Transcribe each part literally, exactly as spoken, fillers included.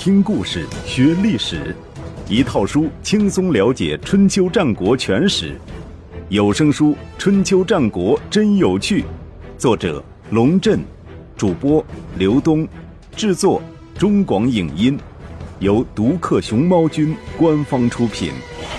听故事学历史，一套书轻松了解春秋战国全史。有声书《春秋战国真有趣》，作者龙震，主播刘东，制作中广影音，由独克熊猫君官方出品。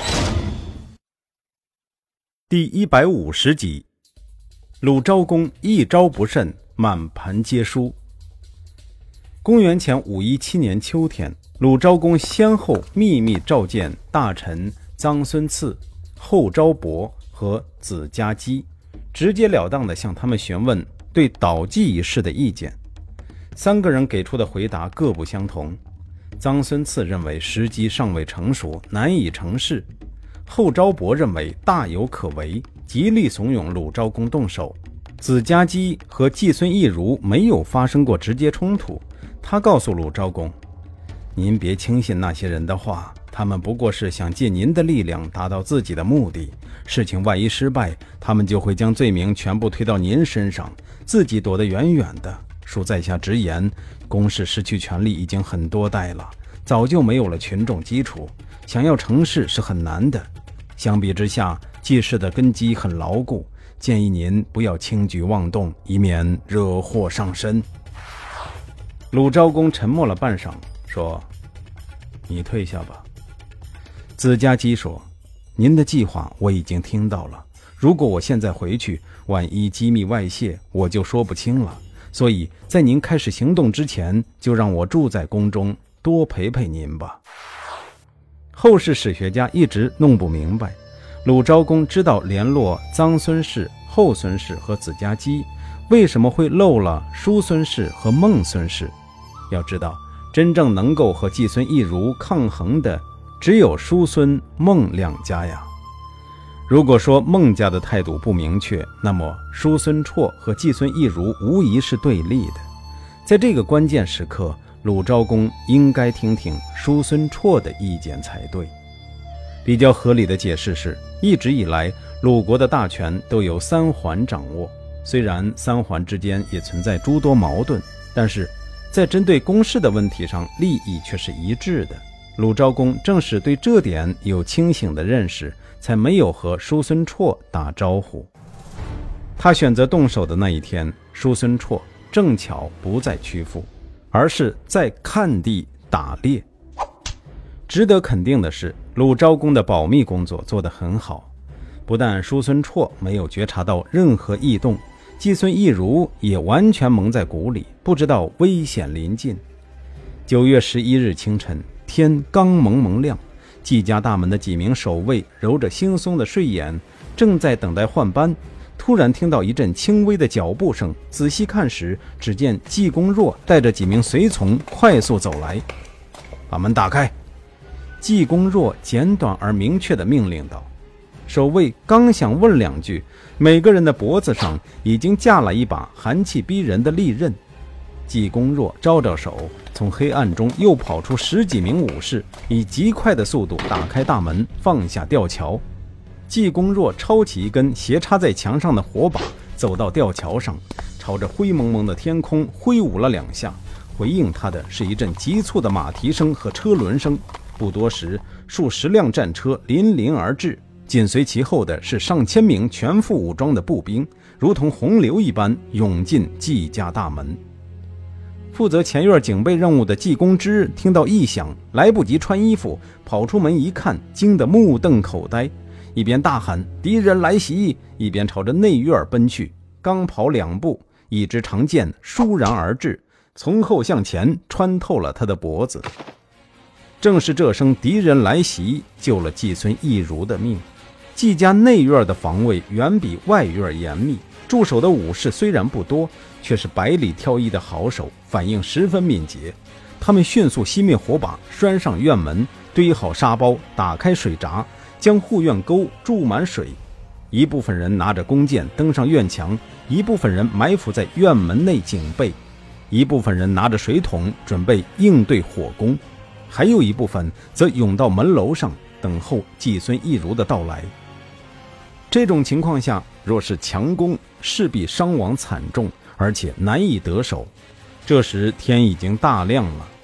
第一百五十集，鲁昭公一招不慎，满盘皆输。公元前五一七年秋天，鲁昭公先后秘密召见大臣臧孙次、后昭伯和子家姬，直截了当地向他们询问对岛际一事的意见。三个人给出的回答各不相同。臧孙次认为时机尚未成熟，难以成事；后昭伯认为大有可为，极力怂恿鲁昭公动手。子家姬和季孙意如没有发生过直接冲突，他告诉鲁昭公，您别轻信那些人的话，他们不过是想借您的力量达到自己的目的，事情万一失败，他们就会将罪名全部推到您身上，自己躲得远远的。恕在下直言，公室失去权力已经很多代了，早就没有了群众基础，想要成事是很难的。相比之下，季氏的根基很牢固，建议您不要轻举妄动，以免惹祸上身。鲁昭公沉默了半晌，说，你退下吧。子家姬说，您的计划我已经听到了，如果我现在回去，万一机密外泄，我就说不清了，所以在您开始行动之前，就让我住在宫中，多陪陪您吧。后世史学家一直弄不明白，鲁昭公知道联络臧孙氏、后孙氏和子家姬，为什么会漏了叔孙氏和孟孙氏？要知道，真正能够和季孙意如抗衡的只有叔孙孟两家呀。如果说孟家的态度不明确，那么叔孙绰和季孙意如无疑是对立的。在这个关键时刻，鲁昭公应该听听叔孙绰的意见才对。比较合理的解释是，一直以来鲁国的大权都由三桓掌握，虽然三桓之间也存在诸多矛盾，但是在针对公事的问题上，利益却是一致的。鲁昭公正是对这点有清醒的认识，才没有和叔孙绰打招呼。他选择动手的那一天，叔孙绰正巧不在曲阜，而是在看地打猎。值得肯定的是，鲁昭公的保密工作做得很好，不但叔孙绰没有觉察到任何异动，季孙意如也完全蒙在鼓里，不知道危险临近。九月十一日清晨，天刚蒙蒙亮，季家大门的几名守卫揉着惺忪的睡眼，正在等待换班。突然听到一阵轻微的脚步声，仔细看时，只见季公若带着几名随从快速走来。把门打开！季公若简短而明确地命令道。守卫刚想问两句，每个人的脖子上已经架了一把寒气逼人的利刃。季公若招招手，从黑暗中又跑出十几名武士，以极快的速度打开大门，放下吊桥。季公若抄起一根斜插在墙上的火把，走到吊桥上，朝着灰蒙蒙的天空挥舞了两下，回应他的是一阵急促的马蹄声和车轮声。不多时，数十辆战车临临而至，紧随其后的是上千名全副武装的步兵，如同洪流一般涌进季家大门。负责前院警备任务的季公之听到异响，来不及穿衣服，跑出门一看，惊得目瞪口呆，一边大喊敌人来袭，一边朝着内院奔去。刚跑两步，一支长剑倏然而至，从后向前穿透了他的脖子。正是这声敌人来袭救了季孙意如的命。季家内院的防卫远比外院严密，驻守的武士虽然不多，却是百里挑一的好手，反应十分敏捷。他们迅速熄灭火把，拴上院门，堆好沙包，打开水闸，将护院沟注满水。一部分人拿着弓箭登上院墙，一部分人埋伏在院门内警备，一部分人拿着水桶准备应对火攻，还有一部分则涌到门楼上等候季孙意如的到来。这种情况下，若是强攻，势必伤亡惨重，而且难以得手。这时天已经大亮了，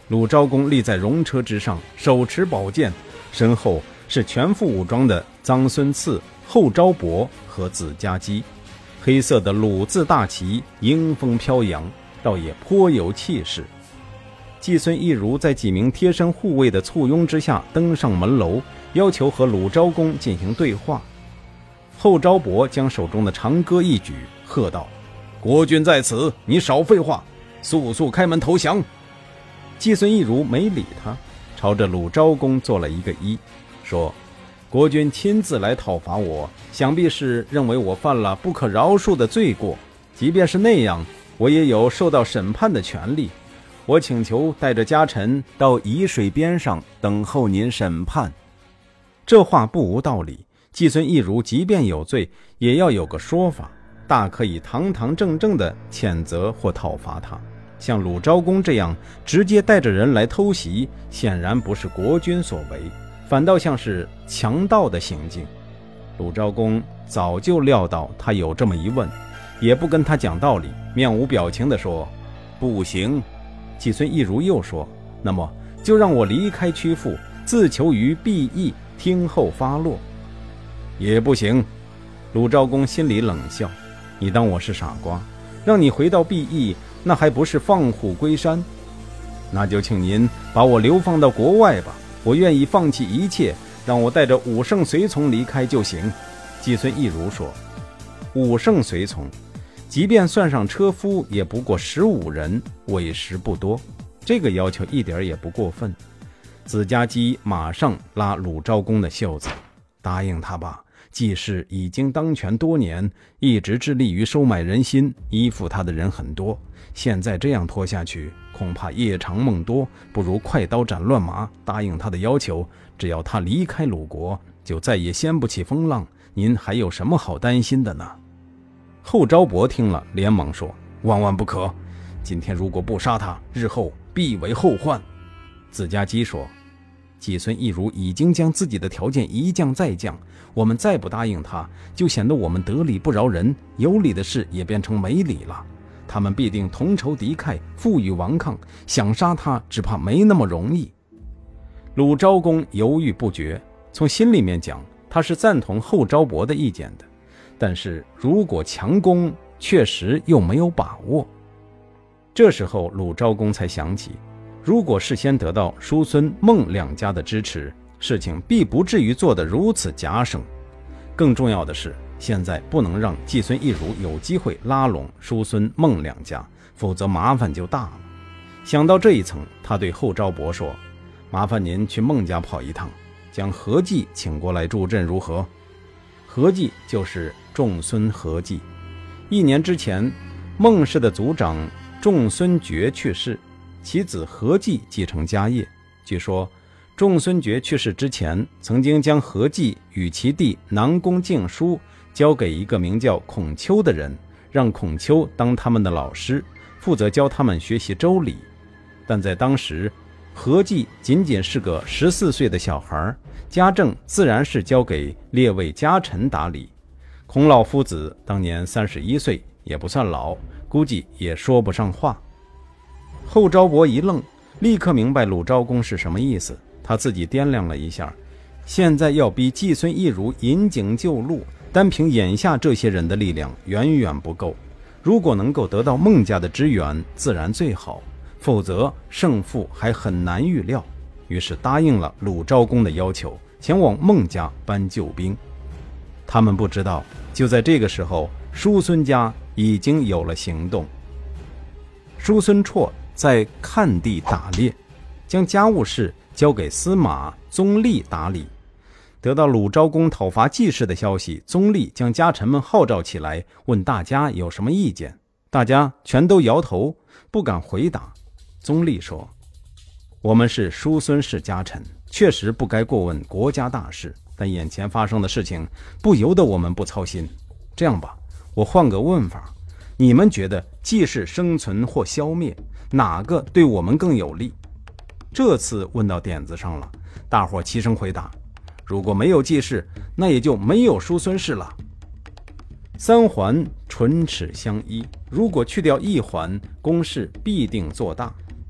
鲁昭公立在戎车之上，手持宝剑，身后是全副武装的臧孙次、后昭伯和子家基。黑色的鲁字大旗迎风飘扬，倒也颇有气势。季孙意如在几名贴身护卫的簇拥之下登上门楼，要求和鲁昭公进行对话。后昭伯将手中的长戈一举，喝道：国君在此，你少废话，速速开门投降。季孙意如没理他，朝着鲁昭公做了一个揖，说：国君亲自来讨伐我，想必是认为我犯了不可饶恕的罪过，即便是那样，我也有受到审判的权利。我请求带着家臣到沂水边上等候您审判。这话不无道理，季孙意如即便有罪，也要有个说法，大可以堂堂正正地谴责或讨伐他。像鲁昭公这样直接带着人来偷袭，显然不是国君所为，反倒像是强盗的行径。鲁昭公早就料到他有这么一问，也不跟他讲道理，面无表情地说：不行。季孙意如又说：那么就让我离开曲阜，自求于毕邑，听候发落。也不行。鲁昭公心里冷笑：你当我是傻瓜？让你回到毕邑，那还不是放虎归山？那就请您把我流放到国外吧，我愿意放弃一切，让我带着五圣随从离开就行。季孙意如说：五圣随从，即便算上车夫，也不过十五人，委实不多，这个要求一点也不过分。子家基马上拉鲁昭公的袖子：答应他吧，季氏已经当权多年，一直致力于收买人心，依附他的人很多，现在这样拖下去，恐怕夜长梦多，不如快刀斩乱麻，答应他的要求，只要他离开鲁国，就再也掀不起风浪，您还有什么好担心的呢？后昭伯听了，连忙说：万万不可，今天如果不杀他，日后必为后患。子家基说：季孙意如已经将自己的条件一降再降，我们再不答应他，就显得我们得理不饶人，有理的事也变成没理了。他们必定同仇敌忾，负隅顽抗，想杀他只怕没那么容易。鲁昭公犹豫不决，从心里面讲，他是赞同后昭伯的意见的，但是如果强攻，确实又没有把握。这时候鲁昭公才想起，如果事先得到叔孙孟两家的支持，事情必不至于做得如此夹生。更重要的是，现在不能让季孙意如有机会拉拢叔孙孟两家，否则麻烦就大了。想到这一层，他对后昭伯说：麻烦您去孟家跑一趟，将何忌请过来助阵如何？何忌就是仲孙何忌。一年之前，孟氏的族长仲孙觉去世，其子何忌继承家业。据说仲孙觉去世之前，曾经将何忌与其弟南宫敬书交给一个名叫孔丘的人，让孔丘当他们的老师，负责教他们学习周礼。但在当时，何忌仅仅是个十四岁的小孩，家政自然是交给列位家臣打理。孔老夫子当年三十一岁，也不算老，估计也说不上话。后昭伯一愣，立刻明白鲁昭公是什么意思，他自己掂量了一下，现在要逼季孙意如引颈就戮，单凭眼下这些人的力量远远不够，如果能够得到孟家的支援，自然最好，否则胜负还很难预料。于是答应了鲁昭公的要求，前往孟家搬救兵。他们不知道，就在这个时候，叔孙家已经有了行动。叔孙绰在看地打猎，将家务事交给司马宗立打理。得到鲁昭公讨伐季氏的消息，宗立将家臣们号召起来，问大家有什么意见。大家全都摇头，不敢回答。宗立说：我们是叔孙氏家臣，确实不该过问国家大事，但眼前发生的事情不由得我们不操心。这样吧，我换个问法，你们觉得季氏生存或消灭，哪个对我们更有利？这次问到点子上了，大伙齐声回答：如果没有季氏，那也就没有叔孙氏了。三环唇齿相依，如果去掉一环，公势必定做大。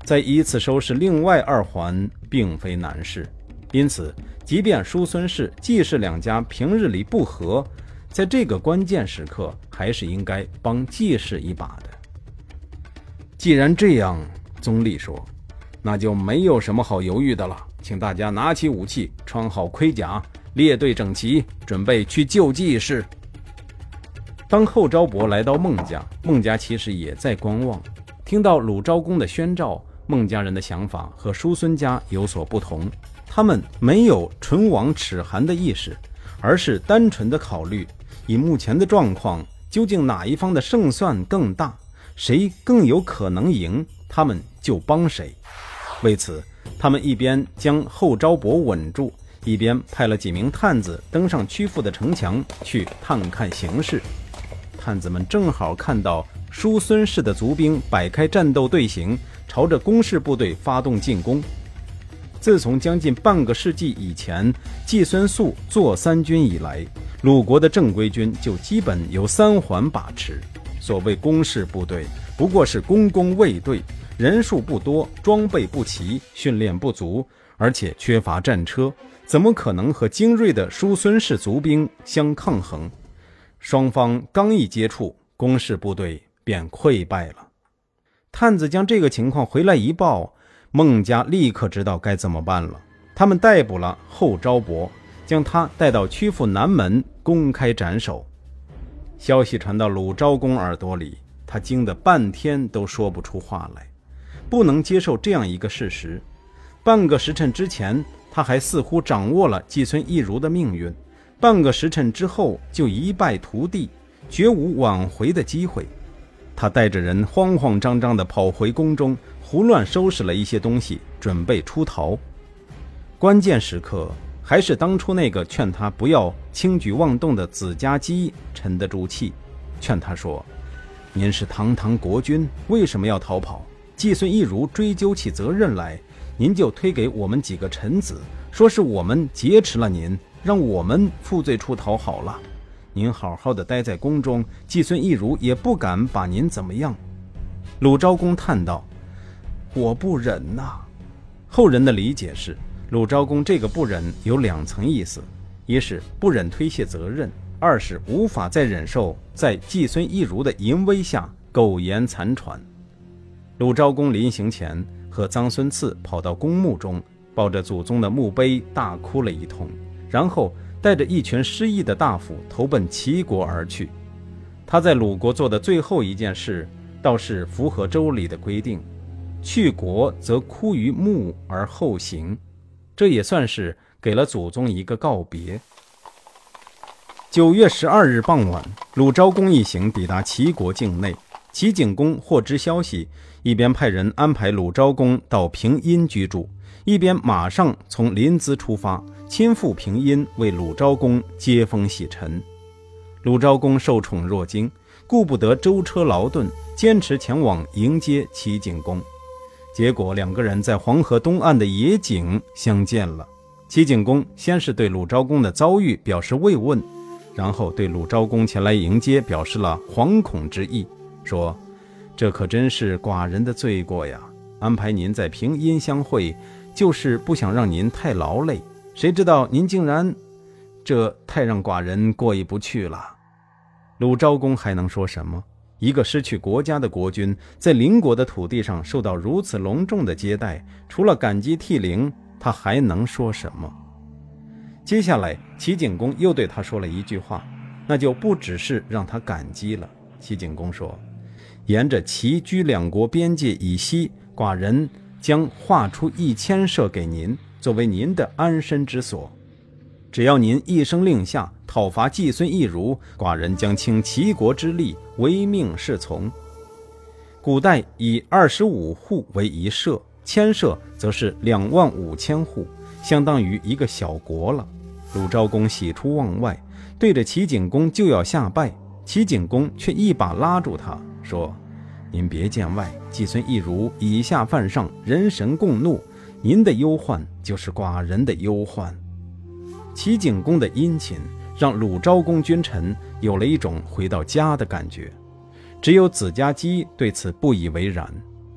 再依次收拾另外二环并非难事。因此即便叔孙氏季氏两家平日里不和，在这个关键时刻还是应该帮季氏一把的。既然这样，宗立说，那就没有什么好犹豫的了，请大家拿起武器，穿好盔甲，列队整齐，准备去救季氏。当后昭伯来到孟家，孟家其实也在观望。听到鲁昭公的宣召，孟家人的想法和叔孙家有所不同，他们没有唇亡齿寒的意识，而是单纯的考虑，以目前的状况，究竟哪一方的胜算更大，谁更有可能赢，他们就帮谁。为此，他们一边将后昭伯稳住，一边派了几名探子登上曲阜的城墙去探看形势。探子们正好看到叔孙氏的卒兵摆开战斗队形，朝着攻势部队发动进攻。自从将近半个世纪以前季孙宿做三军以来，鲁国的正规军就基本由三环把持。所谓攻势部队，不过是攻攻卫队，人数不多，装备不齐，训练不足，而且缺乏战车，怎么可能和精锐的叔孙氏卒兵相抗衡？双方刚一接触，攻势部队便溃败了。探子将这个情况回来一报，孟家立刻知道该怎么办了。他们逮捕了后昭伯，将他带到曲阜南门公开斩首。消息传到鲁昭公耳朵里，他惊得半天都说不出话来，不能接受这样一个事实。半个时辰之前，他还似乎掌握了季孙意如的命运，半个时辰之后就一败涂地，绝无挽回的机会。他带着人慌慌张张地跑回宫中，胡乱收拾了一些东西，准备出逃。关键时刻，还是当初那个劝他不要轻举妄动的子家姬沉得住气，劝他说：您是堂堂国君，为什么要逃跑？季孙意如追究起责任来，您就推给我们几个臣子，说是我们劫持了您，让我们负罪出逃好了。您好好的待在宫中，季孙意如也不敢把您怎么样。鲁昭公叹道：我不忍呐、啊。后人的理解是，鲁昭公这个不忍有两层意思，一是不忍推卸责任，二是无法再忍受在季孙意如的淫威下苟延残喘。鲁昭公临行前和臧孙次跑到公墓中，抱着祖宗的墓碑大哭了一通，然后带着一群失意的大夫投奔齐国而去。他在鲁国做的最后一件事，倒是符合周礼的规定，去国则哭于墓而后行，这也算是给了祖宗一个告别。九月十二日傍晚，鲁昭公一行抵达齐国境内。齐景公获知消息，一边派人安排鲁昭公到平阴居住，一边马上从临淄出发，亲赴平阴为鲁昭公接风洗尘。鲁昭公受宠若惊，顾不得舟车劳顿，坚持前往迎接齐景公。结果两个人在黄河东岸的野井相见了。齐景公先是对鲁昭公的遭遇表示慰问，然后对鲁昭公前来迎接表示了惶恐之意，说：这可真是寡人的罪过呀，安排您在平阴相会，就是不想让您太劳累，谁知道您竟然……这太让寡人过意不去了。鲁昭公还能说什么？一个失去国家的国君，在邻国的土地上受到如此隆重的接待，除了感激涕零，他还能说什么？接下来齐景公又对他说了一句话，那就不只是让他感激了。齐景公说：沿着齐居两国边界以西，寡人将划出一千舍给您，作为您的安身之所。只要您一声令下，讨伐季孙意如，寡人将倾齐国之力，唯命是从。古代以二十五户为一舍，千舍则是两万五千户，相当于一个小国了。鲁昭公喜出望外，对着齐景公就要下拜，齐景公却一把拉住他，说：您别见外，季孙意如以下犯上，人神共怒，您的忧患就是寡人的忧患。齐景公的殷勤让鲁昭公君臣有了一种回到家的感觉，只有子家姬对此不以为然。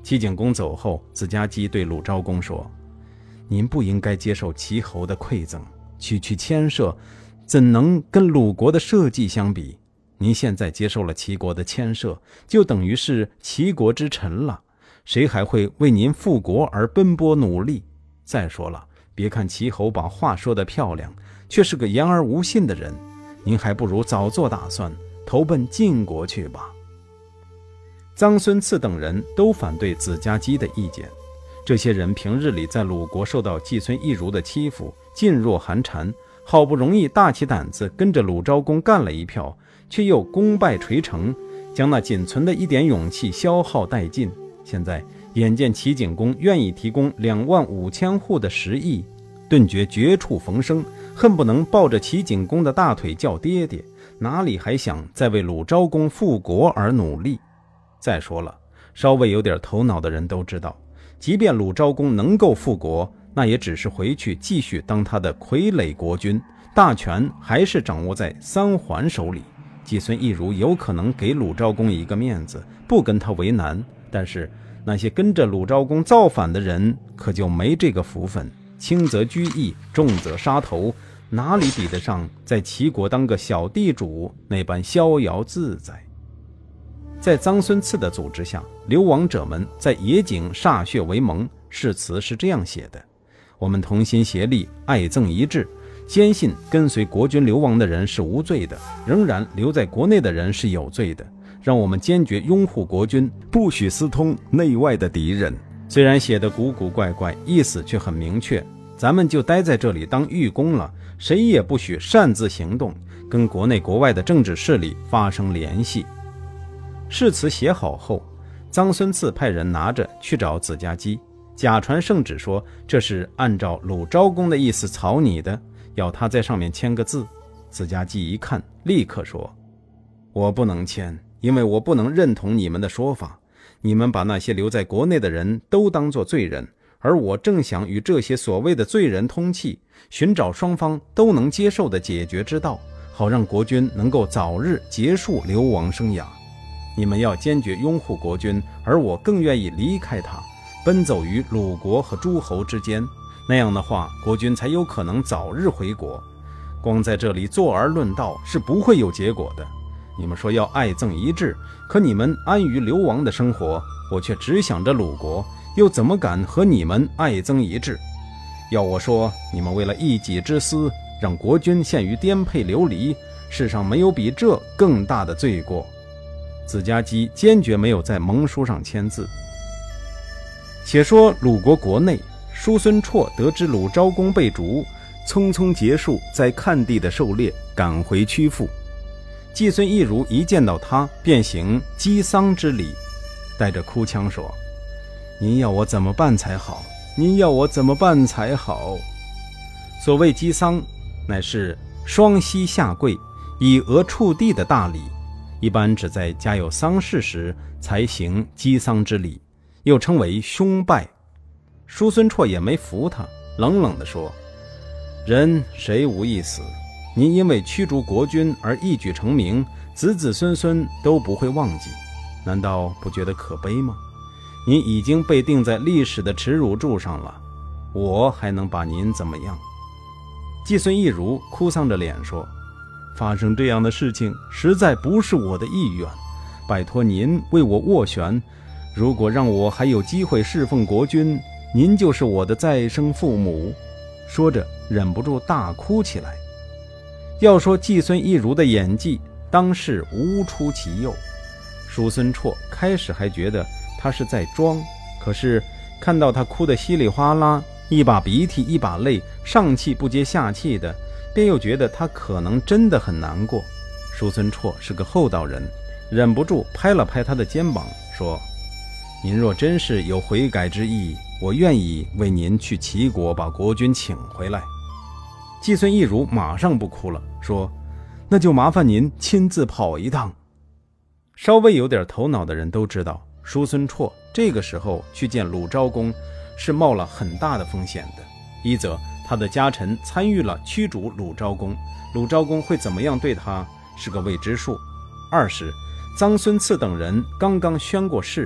齐景公走后，子家姬对鲁昭公说：您不应该接受齐侯的馈赠，区区牵涉怎能跟鲁国的社稷相比？您现在接受了齐国的牵涉，就等于是齐国之臣了，谁还会为您复国而奔波努力？再说了，别看齐侯把话说得漂亮，却是个言而无信的人，您还不如早做打算，投奔晋国去吧。臧孙次等人都反对子家姬的意见。这些人平日里在鲁国受到季孙意如的欺负，噤若寒蝉，好不容易大起胆子跟着鲁昭公干了一票，却又功败垂成，将那仅存的一点勇气消耗殆尽。现在眼见齐景公愿意提供两万五千户的食邑，顿觉绝处逢生，恨不能抱着齐景公的大腿叫爹爹，哪里还想再为鲁昭公复国而努力？再说了，稍微有点头脑的人都知道，即便鲁昭公能够复国，那也只是回去继续当他的傀儡国君，大权还是掌握在三桓手里。季孙意如有可能给鲁昭公一个面子，不跟他为难，但是那些跟着鲁昭公造反的人可就没这个福分，轻则居易，重则杀头，哪里比得上在齐国当个小地主那般逍遥自在？在臧孙次的组织下，流亡者们在野井歃血为盟，誓词是这样写的：我们同心协力，爱憎一致，坚信跟随国君流亡的人是无罪的，仍然留在国内的人是有罪的，让我们坚决拥护国君，不许私通内外的敌人。虽然写得古古怪怪，意思却很明确，咱们就待在这里当御工了，谁也不许擅自行动，跟国内国外的政治势力发生联系。誓词写好后，臧孙次派人拿着去找子家姬，假传圣旨说这是按照鲁昭公的意思草拟的，要他在上面签个字。子家姬一看，立刻说：我不能签，因为我不能认同你们的说法，你们把那些留在国内的人都当作罪人，而我正想与这些所谓的罪人通气，寻找双方都能接受的解决之道，好让国君能够早日结束流亡生涯。你们要坚决拥护国君，而我更愿意离开他，奔走于鲁国和诸侯之间，那样的话，国君才有可能早日回国。光在这里坐而论道是不会有结果的。你们说要爱憎一致，可你们安于流亡的生活，我却只想着鲁国，又怎么敢和你们爱憎一致？要我说，你们为了一己之私，让国君陷于颠沛流离，世上没有比这更大的罪过。子家姬坚决没有在盟书上签字。且说鲁国国内，叔孙绰得知鲁昭公被逐，匆匆结束在看地的狩猎，赶回曲阜。季孙意如一见到他，便行击丧之礼，带着哭腔说：您要我怎么办才好？您要我怎么办才好？所谓击丧，乃是双膝下跪，以额触地的大礼，一般只在家有丧事时才行击丧之礼，又称为兄拜。叔孙绰也没服他，冷冷地说：人谁无一死？您因为驱逐国君而一举成名，子子孙孙都不会忘记，难道不觉得可悲吗？您已经被钉在历史的耻辱柱上了，我还能把您怎么样？季孙意如哭丧着脸说：发生这样的事情实在不是我的意愿，拜托您为我斡旋，如果让我还有机会侍奉国君，您就是我的再生父母。说着忍不住大哭起来。要说季孙意如的演技，当是无出其右。叔孙绰开始还觉得他是在装，可是看到他哭得稀里哗啦，一把鼻涕一把泪，上气不接下气的，便又觉得他可能真的很难过。叔孙绰是个厚道人，忍不住拍了拍他的肩膀，说：您若真是有悔改之意，我愿意为您去齐国把国君请回来。季孙意如马上不哭了，说：那就麻烦您亲自跑一趟。稍微有点头脑的人都知道，叔孙绰这个时候去见鲁昭公是冒了很大的风险的。一则他的家臣参与了驱逐鲁昭公，鲁昭公会怎么样对他是个未知数；二是臧孙次等人刚刚宣过誓，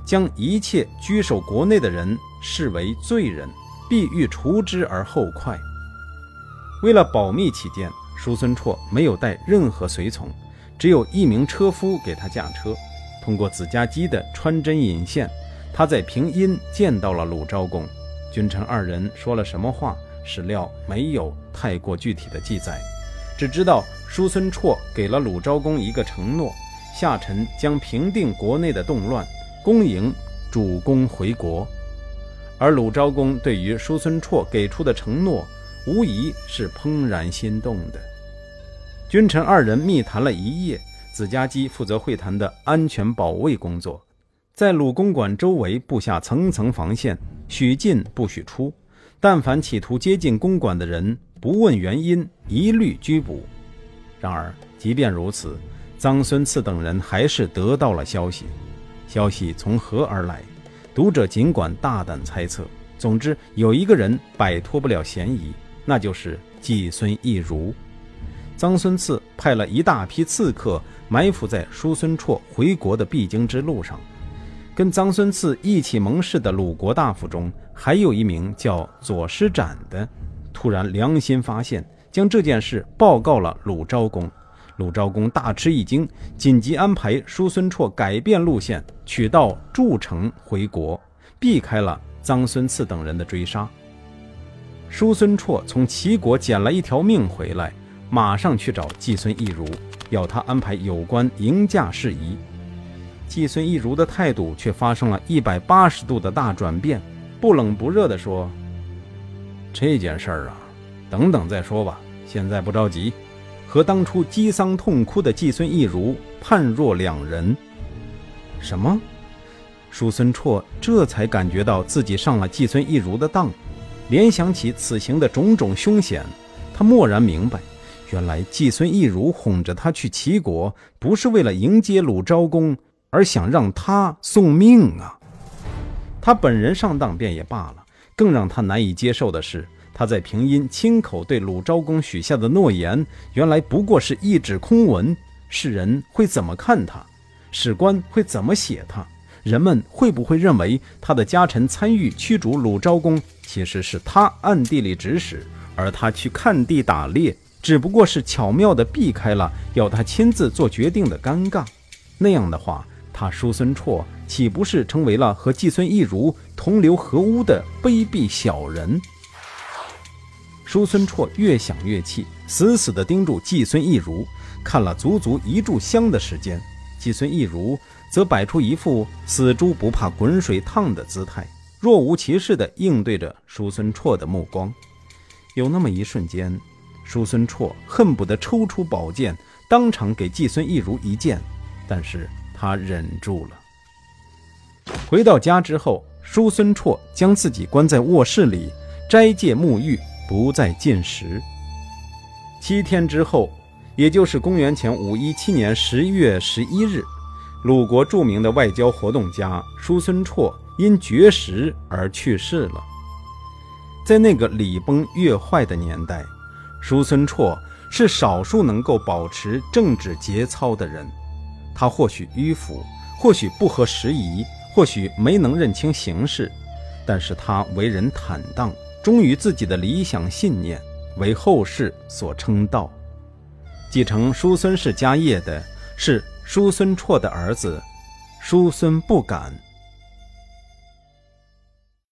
将一切居守国内的人视为罪人，必欲除之而后快。为了保密起见，叔孙绰没有带任何随从，只有一名车夫给他驾车。通过子家基的穿针引线，他在平阴见到了鲁昭公。君臣二人说了什么话，史料没有太过具体的记载，只知道叔孙绰给了鲁昭公一个承诺，下臣将平定国内的动乱，恭迎主公回国。而鲁昭公对于叔孙绰给出的承诺，无疑是怦然心动的。君臣二人密谈了一夜，子家基负责会谈的安全保卫工作，在鲁公馆周围布下层层防线，许进不许出，但凡企图接近公馆的人，不问原因，一律拘捕。然而即便如此，臧孙次等人还是得到了消息。消息从何而来？读者尽管大胆猜测，总之有一个人摆脱不了嫌疑，那就是季孙意如。臧孙次派了一大批刺客埋伏在叔孙绰回国的必经之路上。跟臧孙次一起盟誓的鲁国大夫中，还有一名叫左师展的，突然良心发现，将这件事报告了鲁昭公。鲁昭公大吃一惊，紧急安排叔孙绰改变路线，取道筑城回国，避开了臧孙次等人的追杀。叔孙绰从齐国捡了一条命回来，马上去找季孙意如，要他安排有关迎驾事宜。季孙意如的态度却发生了一百八十度的大转变，不冷不热地说：这件事儿啊，等等再说吧，现在不着急。和当初击丧痛哭的季孙意如判若两人。什么？叔孙绰这才感觉到自己上了季孙意如的当，联想起此行的种种凶险，他蓦然明白，原来季孙意如哄着他去齐国，不是为了迎接鲁昭公，而想让他送命啊！他本人上当便也罢了，更让他难以接受的是，他在平阴亲口对鲁昭公许下的诺言，原来不过是一纸空文。世人会怎么看他？史官会怎么写他？人们会不会认为他的家臣参与驱逐鲁昭公，其实是他暗地里指使，而他去看地打猎，只不过是巧妙地避开了要他亲自做决定的尴尬？那样的话，他叔孙绰岂不是成为了和季孙意如同流合污的卑鄙小人？叔孙绰越想越气，死死地盯住季孙意如，看了足足一炷香的时间。季孙意如则摆出一副死猪不怕滚水烫的姿态，若无其事地应对着叔孙绰的目光。有那么一瞬间，叔孙绰恨不得抽出宝剑，当场给季孙意如一剑，但是他忍住了。回到家之后，叔孙绰将自己关在卧室里，斋戒沐浴，不再进食。七天之后，也就是公元前五一七年十月十一日，鲁国著名的外交活动家叔孙绰因绝食而去世了。在那个礼崩乐坏的年代，叔孙绰是少数能够保持政治节操的人。他或许迂腐，或许不合时宜，或许没能认清形势，但是他为人坦荡，忠于自己的理想信念，为后世所称道。继承叔孙氏家业的是叔孙绰的儿子叔孙不敢。